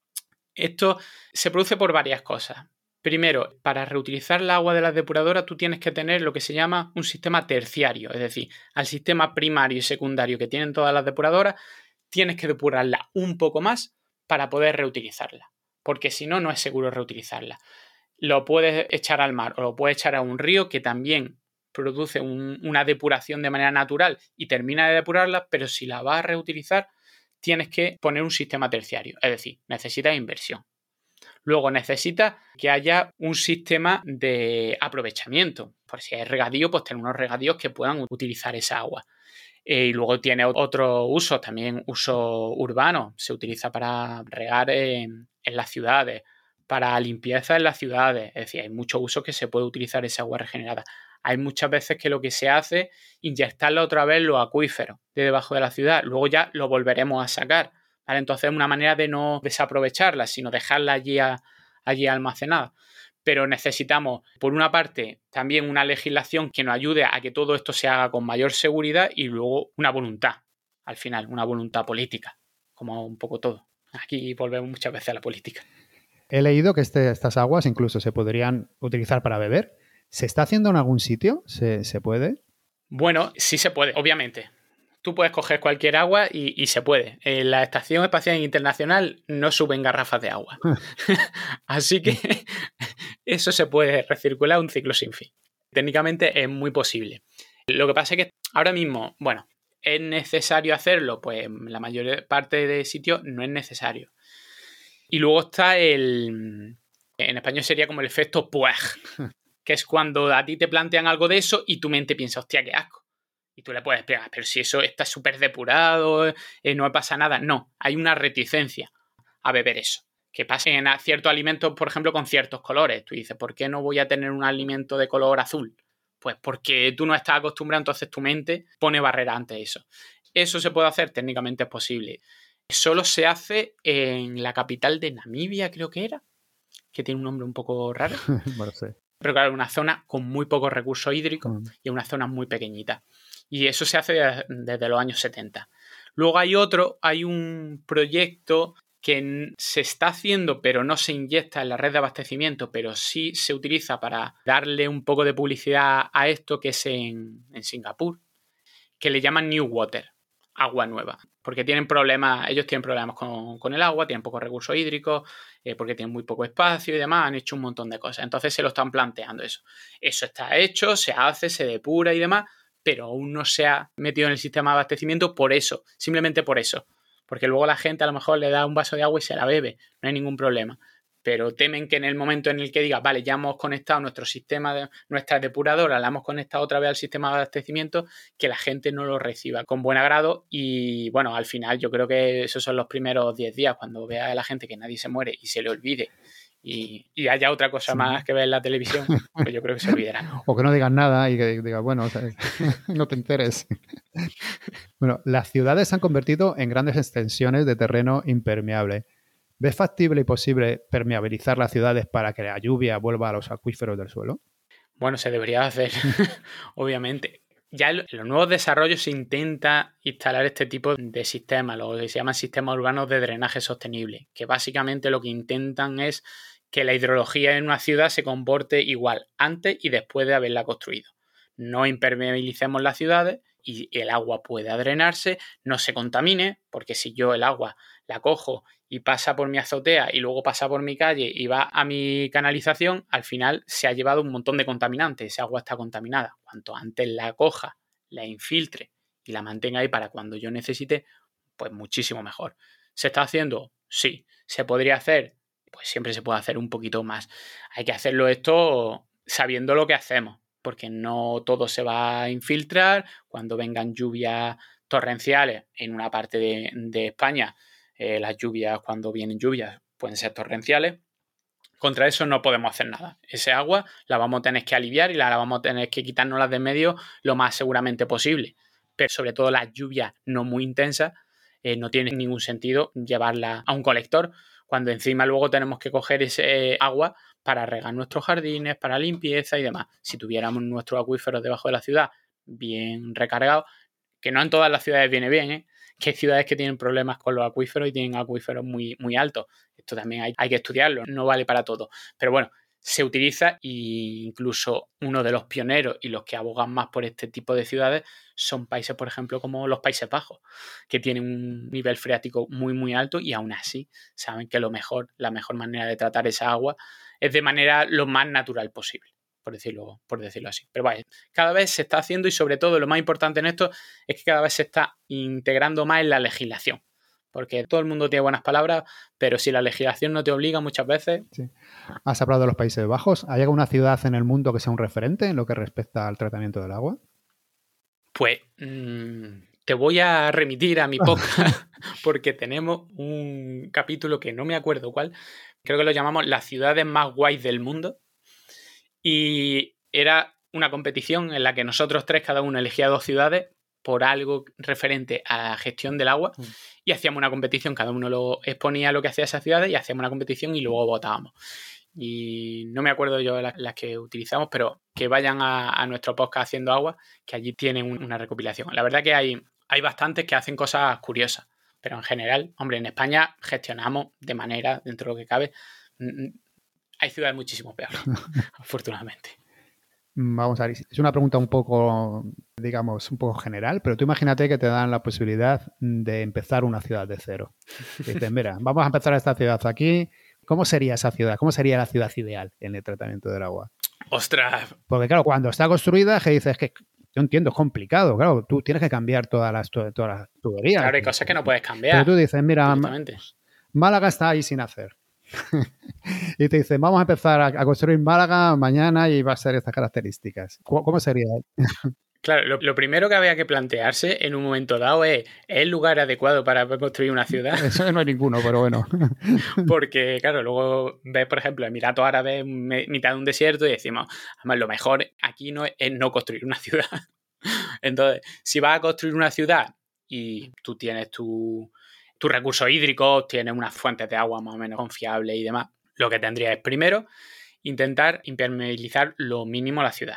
Esto se produce por varias cosas. Primero, para reutilizar el agua de las depuradoras tú tienes que tener lo que se llama un sistema terciario, es decir, al sistema primario y secundario que tienen todas las depuradoras, tienes que depurarla un poco más para poder reutilizarla, porque si no, no es seguro reutilizarla. Lo puedes echar al mar o lo puedes echar a un río que también produce un, una depuración de manera natural y termina de depurarla, pero si la vas a reutilizar, tienes que poner un sistema terciario, es decir, necesitas inversión. Luego necesitas que haya un sistema de aprovechamiento. Por si hay regadío, pues tener unos regadíos que puedan utilizar esa agua. Eh, y luego tiene otros usos, también uso urbano. Se utiliza para regar en, en las ciudades, para limpieza en las ciudades. Es decir, hay muchos usos que se puede utilizar esa agua regenerada. Hay muchas veces que lo que se hace es inyectarla otra vez en los acuíferos de debajo de la ciudad. Luego ya lo volveremos a sacar, ¿vale? Entonces es una manera de no desaprovecharla, sino dejarla allí, a, allí almacenada. Pero necesitamos, por una parte, también una legislación que nos ayude a que todo esto se haga con mayor seguridad y luego una voluntad, al final, una voluntad política, como un poco todo. Aquí volvemos muchas veces a la política. He leído que este, estas aguas incluso se podrían utilizar para beber. ¿Se está haciendo en algún sitio? ¿Se, se puede? Bueno, sí se puede, obviamente. Tú puedes coger cualquier agua y, y se puede. En la Estación Espacial Internacional no suben garrafas de agua. Así que eso se puede recircular un ciclo sin fin. Técnicamente es muy posible. Lo que pasa es que ahora mismo, bueno, ¿es necesario hacerlo? Pues la mayor parte de sitios no es necesario. Y luego está el... En español sería como el efecto puer, que es cuando a ti te plantean algo de eso y tu mente piensa, hostia, qué asco. Y tú le puedes pegar, pero si eso está súper depurado, eh, no pasa nada. No, hay una reticencia a beber eso. Que pasen en ciertos alimentos, por ejemplo, con ciertos colores. Tú dices, ¿por qué no voy a tener un alimento de color azul? Pues porque tú no estás acostumbrado, entonces tu mente pone barrera ante eso. Eso se puede hacer, técnicamente es posible. Solo se hace en la capital de Namibia, creo que era, que tiene un nombre un poco raro. Bueno, sí. Pero claro, es una zona con muy pocos recursos hídricos mm. y una zona muy pequeñita. Y eso se hace desde los años setenta. Luego hay otro, hay un proyecto que se está haciendo, pero no se inyecta en la red de abastecimiento, pero sí se utiliza para darle un poco de publicidad a esto, que es en, en Singapur, que le llaman New Water, agua nueva, porque tienen problemas, ellos tienen problemas con, con el agua, tienen pocos recursos hídricos, eh, porque tienen muy poco espacio y demás, han hecho un montón de cosas. Entonces se lo están planteando eso. Eso está hecho, se hace, se depura y demás, pero aún no se ha metido en el sistema de abastecimiento por eso, simplemente por eso. Porque luego la gente a lo mejor le da un vaso de agua y se la bebe, no hay ningún problema. Pero temen que en el momento en el que diga, vale, ya hemos conectado nuestro sistema, de nuestra depuradora, la hemos conectado otra vez al sistema de abastecimiento, que la gente no lo reciba con buen agrado. Y bueno, al final yo creo que esos son los primeros diez días, cuando vea a la gente que nadie se muere y se le olvide y, y haya otra cosa sí. más que ver en la televisión, pues yo creo que se olvidarán. O que no digan nada y que digan, bueno, o sea, no te enteres. Bueno, las ciudades se han convertido en grandes extensiones de terreno impermeable. ¿Ves factible y posible permeabilizar las ciudades para que la lluvia vuelva a los acuíferos del suelo? Bueno, se debería hacer, obviamente. Ya en los nuevos desarrollos se intenta instalar este tipo de sistemas, lo que se llaman sistemas urbanos de drenaje sostenible, que básicamente lo que intentan es que la hidrología en una ciudad se comporte igual antes y después de haberla construido. No impermeabilicemos las ciudades y el agua pueda drenarse, no se contamine, porque si yo el agua la cojo y pasa por mi azotea y luego pasa por mi calle y va a mi canalización, al final se ha llevado un montón de contaminantes, esa agua está contaminada. Cuanto antes la coja, la infiltre y la mantenga ahí para cuando yo necesite, pues muchísimo mejor. ¿Se está haciendo? Sí. ¿Se podría hacer? Pues siempre se puede hacer un poquito más. Hay que hacerlo esto sabiendo lo que hacemos, porque no todo se va a infiltrar. Cuando vengan lluvias torrenciales en una parte de, de España, eh, las lluvias, cuando vienen lluvias, pueden ser torrenciales. Contra eso no podemos hacer nada. Ese agua la vamos a tener que aliviar y la vamos a tener que quitárnoslas de medio lo más seguramente posible. Pero sobre todo las lluvias no muy intensas, eh, no tiene ningún sentido llevarla a un colector, cuando encima luego tenemos que coger ese agua para regar nuestros jardines, para limpieza y demás. Si tuviéramos nuestros acuíferos debajo de la ciudad bien recargados, que no en todas las ciudades viene bien, ¿eh? Que hay ciudades que tienen problemas con los acuíferos y tienen acuíferos muy, muy altos. Esto también hay, hay que estudiarlo, no vale para todo. Pero bueno, se utiliza, e incluso uno de los pioneros y los que abogan más por este tipo de ciudades son países, por ejemplo, como los Países Bajos, que tienen un nivel freático muy, muy alto y aún así saben que lo mejor, la mejor manera de tratar esa agua es de manera lo más natural posible, por decirlo, por decirlo así. Pero vaya, cada vez se está haciendo y sobre todo lo más importante en esto es que cada vez se está integrando más en la legislación porque todo el mundo tiene buenas palabras, pero si la legislación no te obliga muchas veces... Sí. ¿Has hablado de los Países Bajos? ¿Hay alguna ciudad en el mundo que sea un referente en lo que respecta al tratamiento del agua? Pues mmm, te voy a remitir a mi podcast porque tenemos un capítulo que no me acuerdo cuál, creo que lo llamamos Las ciudades más guays del mundo, y era una competición en la que nosotros tres, cada uno elegía dos ciudades por algo referente a la gestión del agua, mm. y hacíamos una competición, cada uno lo exponía lo que hacía esas ciudades y hacíamos una competición y luego votábamos. Y no me acuerdo yo las, las que utilizamos, pero que vayan a, a nuestro podcast Haciendo Agua, que allí tienen un, una recopilación. La verdad que hay, hay bastantes que hacen cosas curiosas, pero en general, hombre, en España gestionamos de manera, dentro de lo que cabe, hay ciudades muchísimo peores, afortunadamente. Vamos a ver, es una pregunta un poco, digamos, un poco general, pero tú imagínate que te dan la posibilidad de empezar una ciudad de cero. Te dicen, mira, vamos a empezar esta ciudad aquí. ¿Cómo sería esa ciudad? ¿Cómo sería la ciudad ideal en el tratamiento del agua? ¡Ostras! Porque claro, cuando está construida, que dices que yo entiendo, es complicado. Claro, tú tienes que cambiar todas las, todas las tuberías. Claro, hay cosas que no puedes cambiar. Pero tú dices, mira, Málaga está ahí sin hacer. Y te dicen, vamos a empezar a, a construir Málaga mañana y va a ser estas características. ¿Cómo, cómo sería? Claro, lo, lo primero que había que plantearse en un momento dado es, ¿es el lugar adecuado para construir una ciudad? Eso no hay ninguno, pero bueno. Porque, claro, luego ves, por ejemplo, Emiratos Árabes, mitad de un desierto, y decimos, además, lo mejor aquí no es, es no construir una ciudad. Entonces, si vas a construir una ciudad y tú tienes tu, tus recursos hídricos, tienes unas fuentes de agua más o menos confiables y demás, lo que tendrías es, primero, intentar impermeabilizar lo mínimo la ciudad.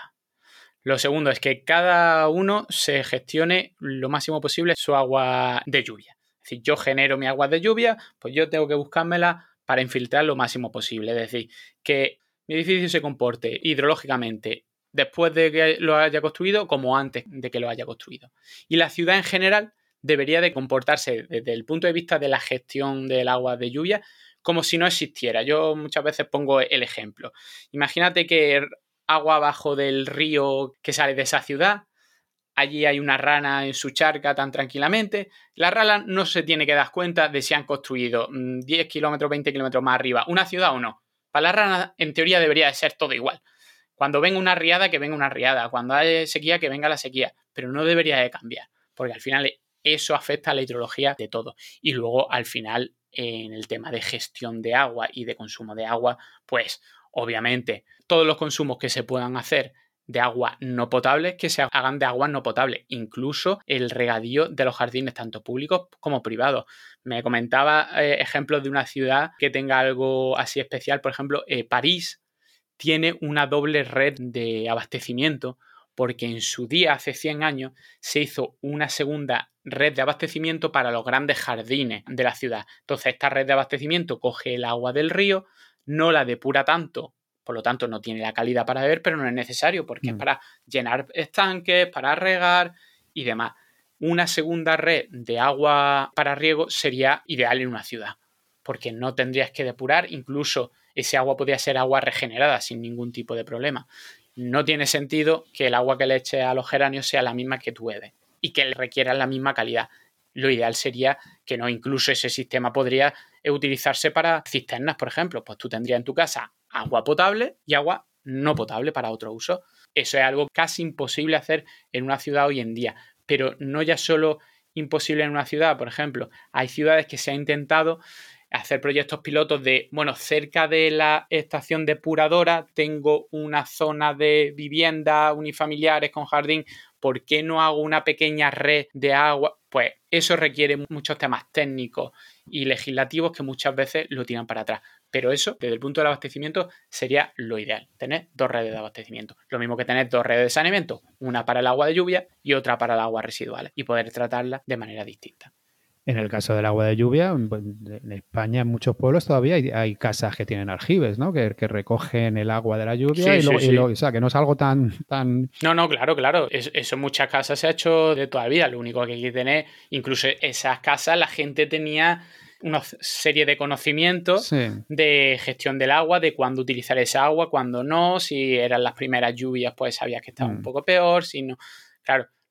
Lo segundo es que cada uno se gestione lo máximo posible su agua de lluvia. Es decir, yo genero mi agua de lluvia, pues yo tengo que buscármela para infiltrar lo máximo posible. Es decir, que mi edificio se comporte hidrológicamente después de que lo haya construido como antes de que lo haya construido. Y la ciudad en general debería de comportarse desde el punto de vista de la gestión del agua de lluvia como si no existiera. Yo muchas veces pongo el ejemplo. Imagínate que agua abajo del río que sale de esa ciudad, allí hay una rana en su charca tan tranquilamente, la rana no se tiene que dar cuenta de si han construido diez kilómetros, veinte kilómetros más arriba una ciudad o no. Para la rana, en teoría, debería de ser todo igual. Cuando venga una riada, que venga una riada. Cuando haya sequía, que venga la sequía. Pero no debería de cambiar, porque al final eso afecta a la hidrología de todo. Y luego, al final, en el tema de gestión de agua y de consumo de agua, pues, obviamente, todos los consumos que se puedan hacer de agua no potable, que se hagan de agua no potable, incluso el regadío de los jardines, tanto públicos como privados. Me comentaba eh, ejemplos de una ciudad que tenga algo así especial, por ejemplo, eh, París tiene una doble red de abastecimiento porque en su día, hace cien años, se hizo una segunda red de abastecimiento para los grandes jardines de la ciudad. Entonces, esta red de abastecimiento coge el agua del río, no la depura tanto, por lo tanto no tiene la calidad para beber, pero no es necesario porque mm. es para llenar estanques, para regar y demás. Una segunda red de agua para riego sería ideal en una ciudad, porque no tendrías que depurar, incluso ese agua podría ser agua regenerada sin ningún tipo de problema. No tiene sentido que el agua que le eches a los geranios sea la misma que tú bebes y que le requieran la misma calidad. Lo ideal sería que no, incluso ese sistema podría utilizarse para cisternas, por ejemplo. Pues tú tendrías en tu casa agua potable y agua no potable para otro uso. Eso es algo casi imposible hacer en una ciudad hoy en día. Pero no ya solo imposible en una ciudad, por ejemplo, hay ciudades que se ha intentado hacer proyectos pilotos de, bueno, cerca de la estación depuradora tengo una zona de viviendas unifamiliares con jardín, ¿por qué no hago una pequeña red de agua? Pues eso requiere muchos temas técnicos y legislativos que muchas veces lo tiran para atrás. Pero eso, desde el punto del abastecimiento, sería lo ideal, tener dos redes de abastecimiento. Lo mismo que tener dos redes de saneamiento, una para el agua de lluvia y otra para el agua residual, y poder tratarlas de manera distinta. En el caso del agua de lluvia, en España, en muchos pueblos todavía hay, hay casas que tienen aljibes, ¿no? Que, que recogen el agua de la lluvia sí, y, lo, sí, y sí. lo, o sea, que no es algo tan... tan... No, no, claro, claro. Es, eso en muchas casas se ha hecho de toda la vida. Lo único que hay que tener, incluso esas casas, la gente tenía una serie de conocimientos sí. de gestión del agua, de cuándo utilizar esa agua, cuándo no, si eran las primeras lluvias, pues sabías que estaba mm. un poco peor, si no... Claro,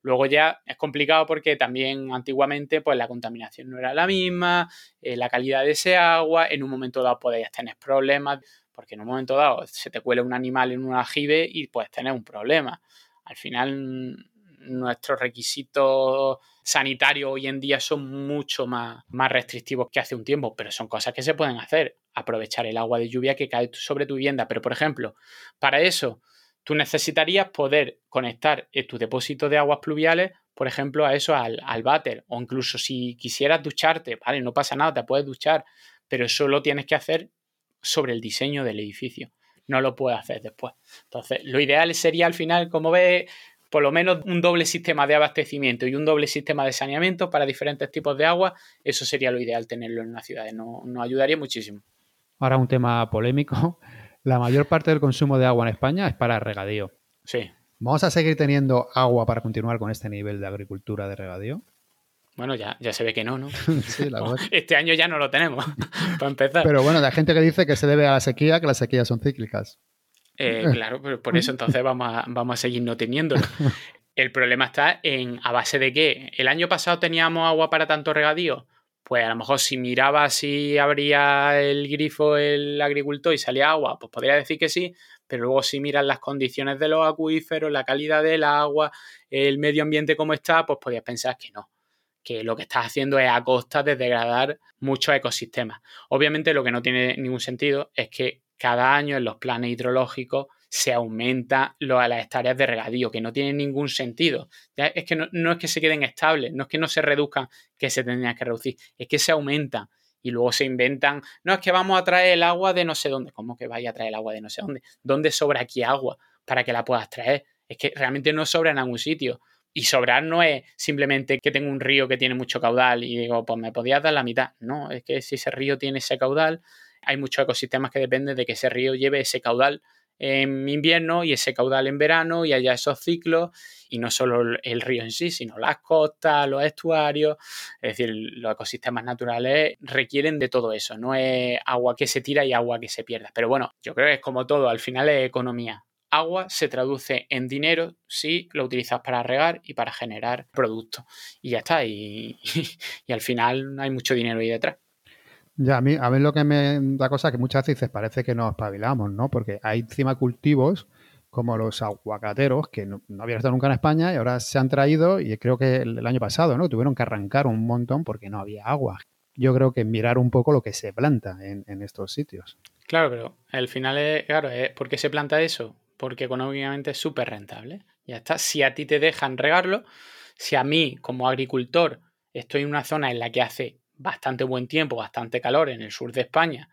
Luego ya es complicado porque también antiguamente pues la contaminación no era la misma, eh, la calidad de ese agua, en un momento dado podías tener problemas, porque en un momento dado se te cuela un animal en un aljibe y puedes tener un problema. Al final nuestros requisitos sanitarios hoy en día son mucho más, más restrictivos que hace un tiempo, pero son cosas que se pueden hacer. Aprovechar el agua de lluvia que cae sobre tu vivienda. Pero, por ejemplo, para eso tú necesitarías poder conectar tus depósitos de aguas pluviales, por ejemplo, a eso, al, al váter. O incluso si quisieras ducharte, vale, no pasa nada, te puedes duchar, pero eso lo tienes que hacer sobre el diseño del edificio. No lo puedes hacer después. Entonces, lo ideal sería al final, como ves, por lo menos un doble sistema de abastecimiento y un doble sistema de saneamiento para diferentes tipos de agua. Eso sería lo ideal tenerlo en una ciudad. Nos, nos ayudaría muchísimo. Ahora un tema polémico. La mayor parte del consumo de agua en España es para regadío. Sí. ¿Vamos a seguir teniendo agua para continuar con este nivel de agricultura de regadío? Bueno, ya, ya se ve que no, ¿no? Sí, la verdad. Este año ya no lo tenemos, para empezar. Pero bueno, hay gente que dice que se debe a la sequía, que las sequías son cíclicas. Eh, claro, pero por eso entonces vamos a, vamos a seguir no teniéndolo. El problema está en a base de qué. ¿El año pasado teníamos agua para tanto regadío? Pues a lo mejor si miraba si abría el grifo el agricultor y salía agua, pues podría decir que sí, pero luego si miras las condiciones de los acuíferos, la calidad del agua, el medio ambiente como está, pues podrías pensar que no, que lo que estás haciendo es a costa de degradar muchos ecosistemas. Obviamente lo que no tiene ningún sentido es que cada año en los planes hidrológicos se aumenta lo, a las hectáreas de regadío, que no tiene ningún sentido. Ya es que no, no es que se queden estables, no es que no se reduzcan, que se tendrían que reducir, es que se aumentan y luego se inventan, no, es que vamos a traer el agua de no sé dónde. ¿Cómo que vaya a traer el agua de no sé dónde? ¿Dónde sobra aquí agua para que la puedas traer? Es que realmente no sobra en algún sitio. Y sobrar no es simplemente que tengo un río que tiene mucho caudal y digo, pues me podías dar la mitad. No, es que si ese río tiene ese caudal, hay muchos ecosistemas que dependen de que ese río lleve ese caudal en invierno y ese caudal en verano y haya esos ciclos, y no solo el río en sí, sino las costas, los estuarios. Es decir, los ecosistemas naturales requieren de todo eso, no es agua que se tira y agua que se pierda. Pero bueno, yo creo que es como todo, al final es economía. Agua se traduce en dinero si lo utilizas para regar y para generar productos. Y ya está, y, y, y al final hay mucho dinero ahí detrás. Ya, a mí, a mí lo que me da cosa que muchas veces parece que nos espabilamos, ¿no? Porque hay encima cultivos como los aguacateros que no, no habían estado nunca en España y ahora se han traído, y creo que el, el año pasado, ¿no? Tuvieron que arrancar un montón porque no había agua. Yo creo que mirar un poco lo que se planta en, en estos sitios. Claro, pero al final es, claro, es, ¿por qué se planta eso? Porque económicamente es súper rentable. Ya está. Si a ti te dejan regarlo, si a mí como agricultor estoy en una zona en la que hace bastante buen tiempo, bastante calor en el sur de España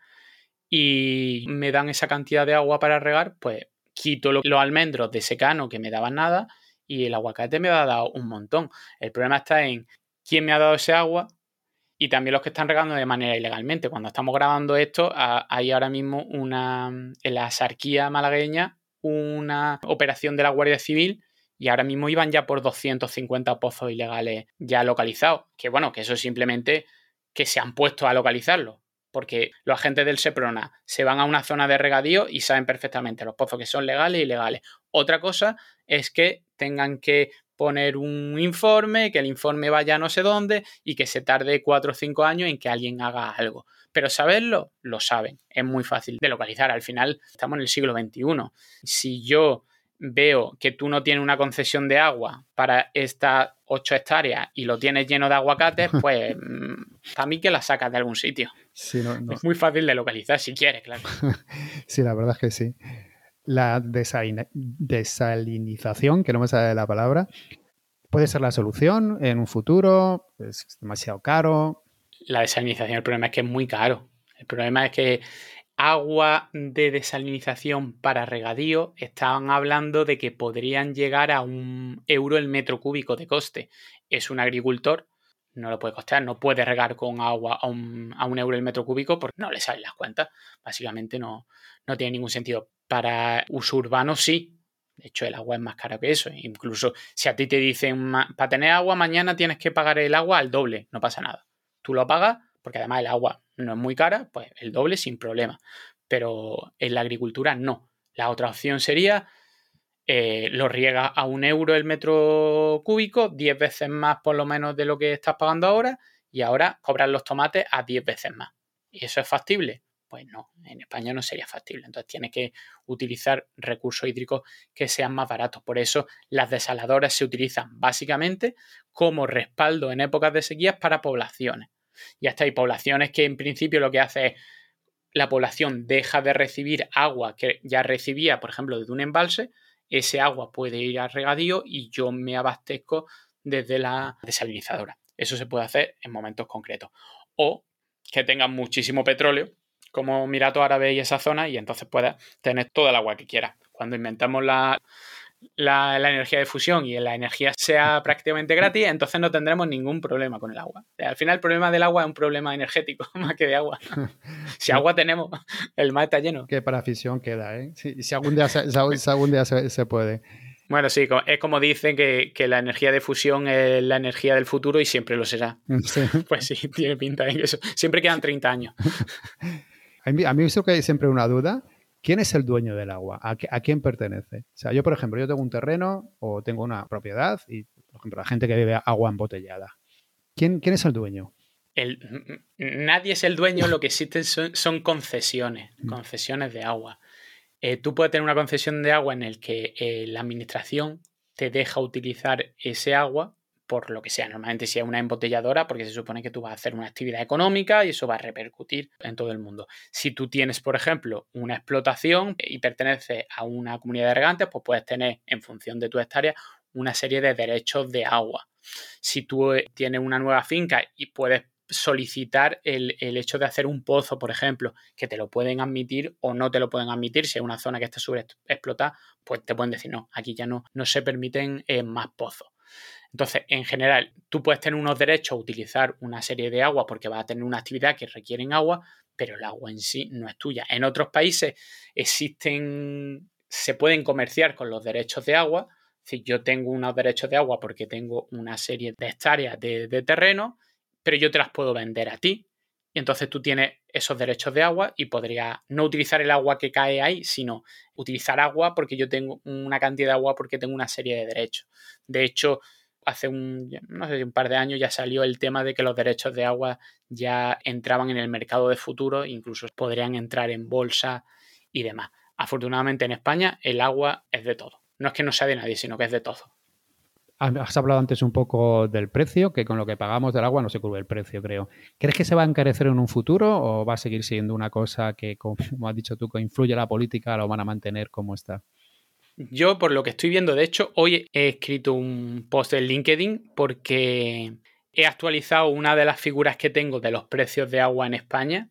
y me dan esa cantidad de agua para regar, pues quito los almendros de secano que me daban nada y el aguacate me ha dado un montón. El problema está en quién me ha dado ese agua y también los que están regando de manera ilegalmente. Cuando estamos grabando esto, hay ahora mismo una en la Axarquía malagueña una operación de la Guardia Civil y ahora mismo iban ya por doscientos cincuenta pozos ilegales ya localizados. Que bueno, que eso es simplemente que se han puesto a localizarlo, porque los agentes del Seprona se van a una zona de regadío y saben perfectamente los pozos que son legales e ilegales. Otra cosa es que tengan que poner un informe, que el informe vaya a no sé dónde y que se tarde cuatro o cinco años en que alguien haga algo. Pero saberlo, lo saben. Es muy fácil de localizar. Al final estamos en el siglo veintiuno. Si yo veo que tú no tienes una concesión de agua para estas ocho hectáreas y lo tienes lleno de aguacates, pues para mí que la sacas de algún sitio. Sí, no, no. Es muy fácil de localizar si quieres, claro. Sí, la verdad es que sí. La desalin- desalinización, que no me sale la palabra, puede ser la solución en un futuro. Es demasiado caro. La desalinización, el problema es que es muy caro. El problema es que agua de desalinización para regadío, estaban hablando de que podrían llegar a un euro el metro cúbico de coste. Es un agricultor, no lo puede costear, no puede regar con agua a un, a un euro el metro cúbico porque no le salen las cuentas. Básicamente no, no tiene ningún sentido. Para uso urbano sí. De hecho, el agua es más cara que eso. Incluso si a ti te dicen, para tener agua mañana tienes que pagar el agua al doble, no pasa nada. Tú lo pagas, porque además el agua no es muy cara, pues el doble sin problema. Pero en la agricultura no. La otra opción sería eh, lo riegas a un euro el metro cúbico, diez veces más por lo menos de lo que estás pagando ahora, y ahora cobras los tomates a diez veces más. ¿Y eso es factible? Pues no, en España no sería factible. Entonces tienes que utilizar recursos hídricos que sean más baratos. Por eso las desaladoras se utilizan básicamente como respaldo en épocas de sequías para poblaciones. Y hasta hay poblaciones que en principio lo que hace es la población deja de recibir agua que ya recibía, por ejemplo, desde un embalse, ese agua puede ir al regadío y yo me abastezco desde la desalinizadora. Eso se puede hacer en momentos concretos. O que tengan muchísimo petróleo, como Emiratos Árabes y esa zona, y entonces puedas tener toda el agua que quieras. Cuando inventamos la, la, la energía de fusión y la energía sea prácticamente gratis, entonces no tendremos ningún problema con el agua. Al final el problema del agua es un problema energético más que de agua. Si agua tenemos, el mar está lleno. Que para fisión queda, ¿eh? Si, si algún día, se, si algún día se, se puede. Bueno, sí, es como dicen que, que la energía de fusión es la energía del futuro y siempre lo será. Sí. Pues sí, tiene pinta en eso. Siempre quedan treinta años. A mí, a mí eso que hay siempre una duda. ¿Quién es el dueño del agua? ¿A, qué, ¿A quién pertenece? O sea, yo, por ejemplo, yo tengo un terreno o tengo una propiedad y, por ejemplo, la gente que bebe agua embotellada. ¿Quién, quién es el dueño? El, nadie es el dueño, lo que existen son, son concesiones, concesiones de agua. Eh, tú puedes tener una concesión de agua en el que eh, la administración te deja utilizar ese agua por lo que sea. Normalmente si es una embotelladora, porque se supone que tú vas a hacer una actividad económica y eso va a repercutir en todo el mundo. Si tú tienes, por ejemplo, una explotación y perteneces a una comunidad de regantes, pues puedes tener, en función de tu hectárea, una serie de derechos de agua. Si tú tienes una nueva finca y puedes solicitar el, el hecho de hacer un pozo, por ejemplo, que te lo pueden admitir o no te lo pueden admitir. Si es una zona que está sobreexplotada, pues te pueden decir no, aquí ya no, no se permiten eh, más pozos. Entonces, en general, tú puedes tener unos derechos a utilizar una serie de agua porque vas a tener una actividad que requieren agua, pero el agua en sí no es tuya. En otros países existen, se pueden comerciar con los derechos de agua. Si yo tengo unos derechos de agua porque tengo una serie de hectáreas de, de terreno, pero yo te las puedo vender a ti. Y entonces tú tienes esos derechos de agua y podrías no utilizar el agua que cae ahí, sino utilizar agua porque yo tengo una cantidad de agua porque tengo una serie de derechos. De hecho, hace un, no sé, un par de años ya salió el tema de que los derechos de agua ya entraban en el mercado de futuro, incluso podrían entrar en bolsa y demás. Afortunadamente en España el agua es de todo. No es que no sea de nadie, sino que es de todo. Has hablado antes un poco del precio, que con lo que pagamos del agua no se cubre el precio, creo. ¿Crees que se va a encarecer en un futuro o va a seguir siendo una cosa que, como has dicho tú, que influye la política, lo van a mantener como está? Yo, por lo que estoy viendo, de hecho, hoy he escrito un post en LinkedIn porque he actualizado una de las figuras que tengo de los precios de agua en España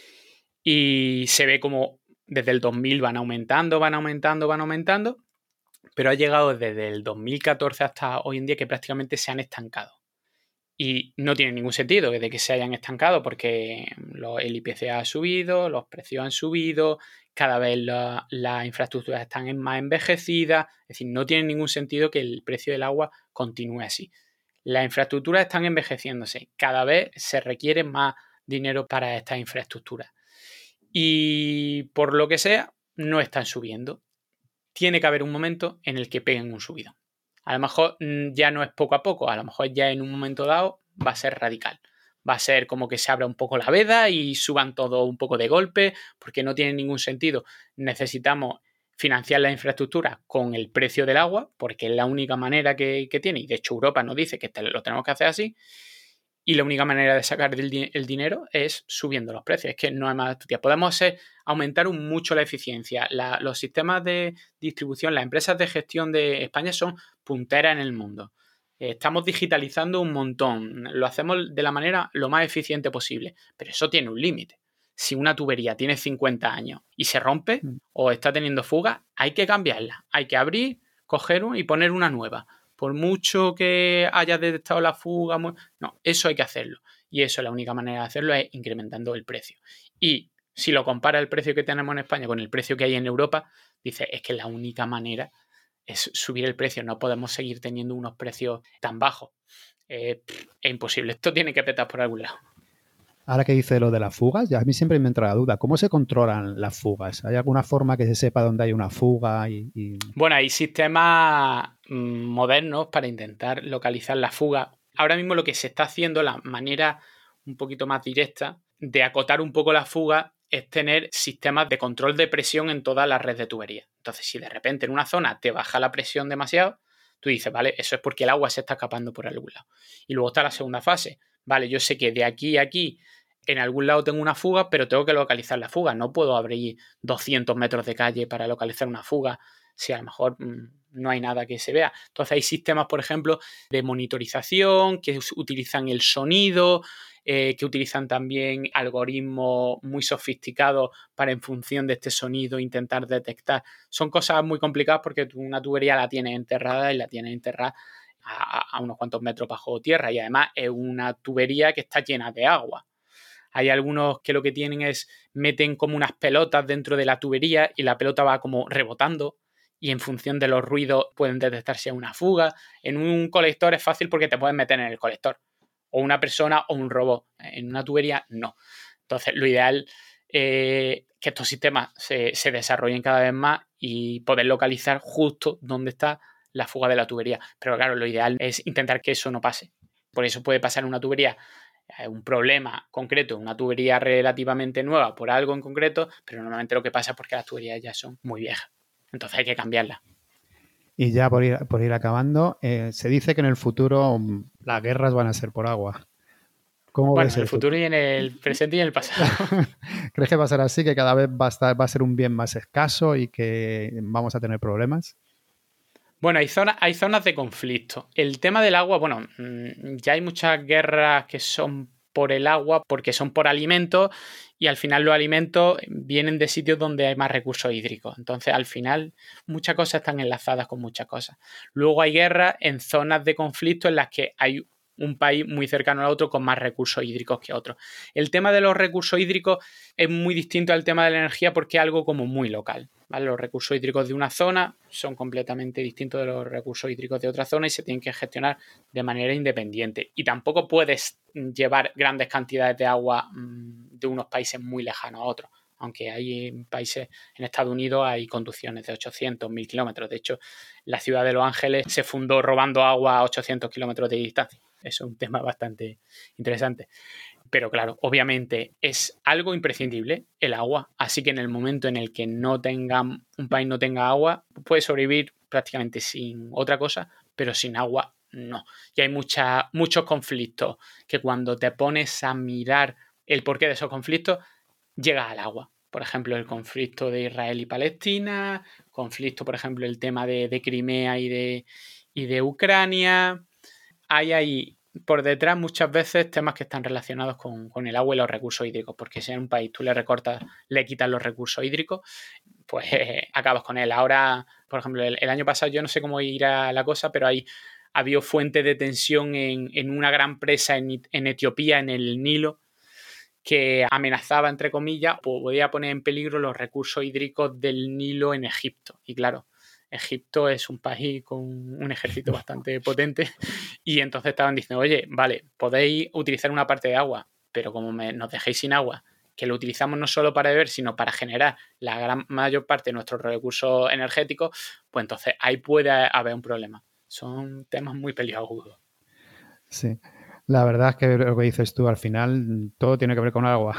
y se ve como desde el dos mil van aumentando, van aumentando, van aumentando, pero ha llegado desde el dos mil catorce hasta hoy en día que prácticamente se han estancado. Y no tiene ningún sentido de que se hayan estancado porque el I P C ha subido, los precios han subido, cada vez las la infraestructuras están más envejecidas. Es decir, no tiene ningún sentido que el precio del agua continúe así. Las infraestructuras están envejeciéndose. Cada vez se requiere más dinero para estas infraestructuras. Y por lo que sea, no están subiendo. Tiene que haber un momento en el que peguen un subidón. A lo mejor ya no es poco a poco, a lo mejor ya en un momento dado va a ser radical. Va a ser como que se abra un poco la veda y suban todo un poco de golpe, porque no tiene ningún sentido. Necesitamos financiar la infraestructura con el precio del agua, porque es la única manera que, que tiene, y de hecho Europa nos dice que lo tenemos que hacer así, y la única manera de sacar el, el dinero es subiendo los precios. Es que no hay más estudios. Podemos hacer, aumentar un mucho la eficiencia. La, los sistemas de distribución, las empresas de gestión de España son punteras en el mundo. Estamos digitalizando un montón. Lo hacemos de la manera lo más eficiente posible. Pero eso tiene un límite. Si una tubería tiene cincuenta años y se rompe mm. o está teniendo fuga, hay que cambiarla. Hay que abrir, coger y poner una nueva. Por mucho que haya detectado la fuga, no, eso hay que hacerlo. Y eso, la única manera de hacerlo es incrementando el precio. Y si lo compara el precio que tenemos en España con el precio que hay en Europa, dice, es que la única manera es subir el precio. No podemos seguir teniendo unos precios tan bajos. Eh, es imposible. Esto tiene que petar por algún lado. Ahora que dice lo de las fugas, ya a mí siempre me entra la duda. ¿Cómo se controlan las fugas? ¿Hay alguna forma que se sepa dónde hay una fuga? Y, y... Bueno, hay sistemas mmm, modernos para intentar localizar la fuga. Ahora mismo lo que se está haciendo, la manera un poquito más directa de acotar un poco la fuga, es tener sistemas de control de presión en toda la red de tubería. Entonces, si de repente en una zona te baja la presión demasiado, tú dices, vale, eso es porque el agua se está escapando por algún lado. Y luego está la segunda fase. Vale, yo sé que de aquí a aquí en algún lado tengo una fuga, pero tengo que localizar la fuga. No puedo abrir doscientos metros de calle para localizar una fuga si a lo mejor mmm, no hay nada que se vea. Entonces hay sistemas, por ejemplo, de monitorización que utilizan el sonido, eh, que utilizan también algoritmos muy sofisticados para, en función de este sonido, intentar detectar. Son cosas muy complicadas porque tú una tubería la tienes enterrada y la tienes enterrada a, a unos cuantos metros bajo tierra, y además es una tubería que está llena de agua. Hay algunos que lo que tienen es, meten como unas pelotas dentro de la tubería y la pelota va como rebotando y en función de los ruidos pueden detectar si hay una fuga. En un colector es fácil porque te puedes meter en el colector, o una persona o un robot. En una tubería no. Entonces lo ideal es que estos sistemas se, se desarrollen cada vez más y poder localizar justo dónde está la fuga de la tubería. Pero claro, lo ideal es intentar que eso no pase. Por eso puede pasar en una tubería un problema concreto, una tubería relativamente nueva por algo en concreto, pero normalmente lo que pasa es porque las tuberías ya son muy viejas. Entonces hay que cambiarlas. Y ya por ir, por ir acabando, eh, se dice que en el futuro um, las guerras van a ser por agua. ¿Cómo bueno, ves en el eso? futuro y en el presente y en el pasado. ¿Crees que va a ser así, que cada vez va a, estar, va a ser un bien más escaso y que vamos a tener problemas? Bueno, hay zonas, hay zonas de conflicto. El tema del agua, bueno, ya hay muchas guerras que son por el agua porque son por alimentos, y al final los alimentos vienen de sitios donde hay más recursos hídricos. Entonces, al final, muchas cosas están enlazadas con muchas cosas. Luego hay guerras en zonas de conflicto en las que hay un país muy cercano al otro con más recursos hídricos que otro. El tema de los recursos hídricos es muy distinto al tema de la energía porque es algo como muy local, ¿vale? Los recursos hídricos de una zona son completamente distintos de los recursos hídricos de otra zona y se tienen que gestionar de manera independiente. Y tampoco puedes llevar grandes cantidades de agua de unos países muy lejanos a otros. Aunque hay países, en Estados Unidos hay conducciones de ochocientos, mil kilómetros. De hecho, la ciudad de Los Ángeles se fundó robando agua a ochocientos kilómetros de distancia. Eso es un tema bastante interesante. Pero claro, obviamente es algo imprescindible el agua. Así que en el momento en el que no tenga, un país no tenga agua, puede sobrevivir prácticamente sin otra cosa, pero sin agua no. Y hay mucha, muchos conflictos que cuando te pones a mirar el porqué de esos conflictos, llegas al agua. Por ejemplo, el conflicto de Israel y Palestina, conflicto, por ejemplo, el tema de, de Crimea y de, y de Ucrania. Hay ahí por detrás muchas veces temas que están relacionados con, con el agua y los recursos hídricos, porque si en un país tú le recortas, le quitas los recursos hídricos, pues eh, acabas con él. Ahora, por ejemplo, el, el año pasado, yo no sé cómo irá la cosa, pero hay, ha habido fuente de tensión en, en una gran presa en, en Etiopía, en el Nilo, que amenazaba, entre comillas, podía poner en peligro los recursos hídricos del Nilo en Egipto. Y claro, Egipto es un país con un ejército bastante potente y entonces estaban diciendo, oye, vale, podéis utilizar una parte de agua, pero como me, nos dejéis sin agua, que lo utilizamos no solo para beber, sino para generar la gran mayor parte de nuestros recursos energéticos, pues entonces ahí puede haber un problema. Son temas muy peliagudos. Sí. La verdad es que lo que dices tú, al final todo tiene que ver con agua.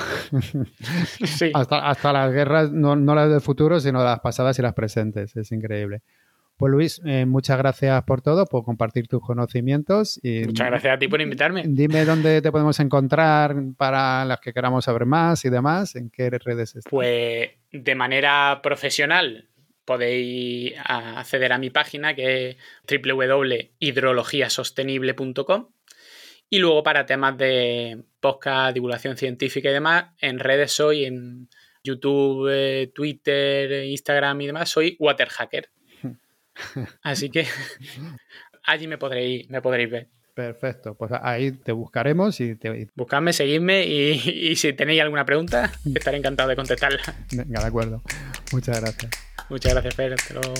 Sí. hasta, hasta las guerras, no, no las del futuro, sino las pasadas y las presentes. Es increíble. Pues Luis, eh, muchas gracias por todo, por compartir tus conocimientos. Y muchas gracias a ti por invitarme. Dime dónde te podemos encontrar para las que queramos saber más y demás, en qué redes estás. Pues de manera profesional podéis acceder a mi página, que es doble u doble u doble punto hidrologiasostenible punto com. Y luego para temas de podcast, divulgación científica y demás, en redes soy, en YouTube, eh, Twitter, Instagram y demás, soy Waterhacker. Así que allí me podréis, me podréis ver. Perfecto, pues ahí te buscaremos y te... Buscadme, seguidme y, y si tenéis alguna pregunta, estaré encantado de contestarla. Venga, de acuerdo. Muchas gracias. Muchas gracias, Fer. Hasta luego.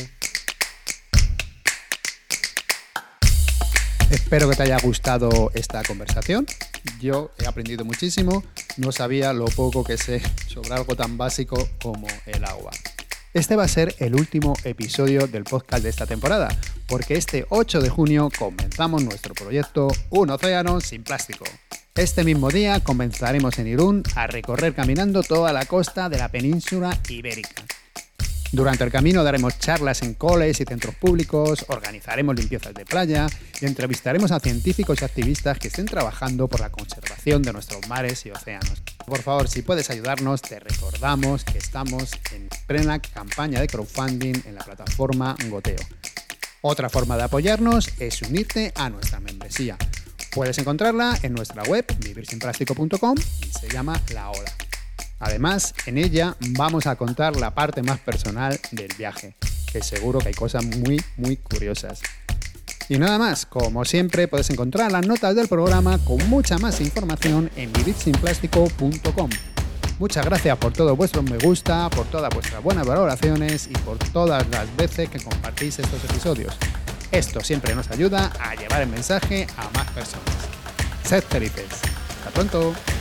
Espero que te haya gustado esta conversación Yo he aprendido muchísimo, no sabía lo poco que sé sobre algo tan básico como el agua. Este va a ser el último episodio del podcast de esta temporada, porque este ocho de junio comenzamos nuestro proyecto Un Océano Sin Plástico. Este mismo día comenzaremos en Irún a recorrer caminando toda la costa de la península ibérica. Durante el camino daremos charlas en coles y centros públicos, organizaremos limpiezas de playa y entrevistaremos a científicos y activistas que estén trabajando por la conservación de nuestros mares y océanos. Por favor, si puedes ayudarnos, te recordamos que estamos en plena campaña de crowdfunding en la plataforma Goteo. Otra forma de apoyarnos es unirte a nuestra membresía. Puedes encontrarla en nuestra web vivir sin plástico punto com y se llama La Ola. Además, en ella vamos a contar la parte más personal del viaje, que seguro que hay cosas muy, muy curiosas. Y nada más, como siempre puedes encontrar las notas del programa con mucha más información en vivir sin plástico punto com. Muchas gracias por todos vuestros me gusta, por todas vuestras buenas valoraciones y por todas las veces que compartís estos episodios. Esto siempre nos ayuda a llevar el mensaje a más personas. Sed felices. Hasta pronto.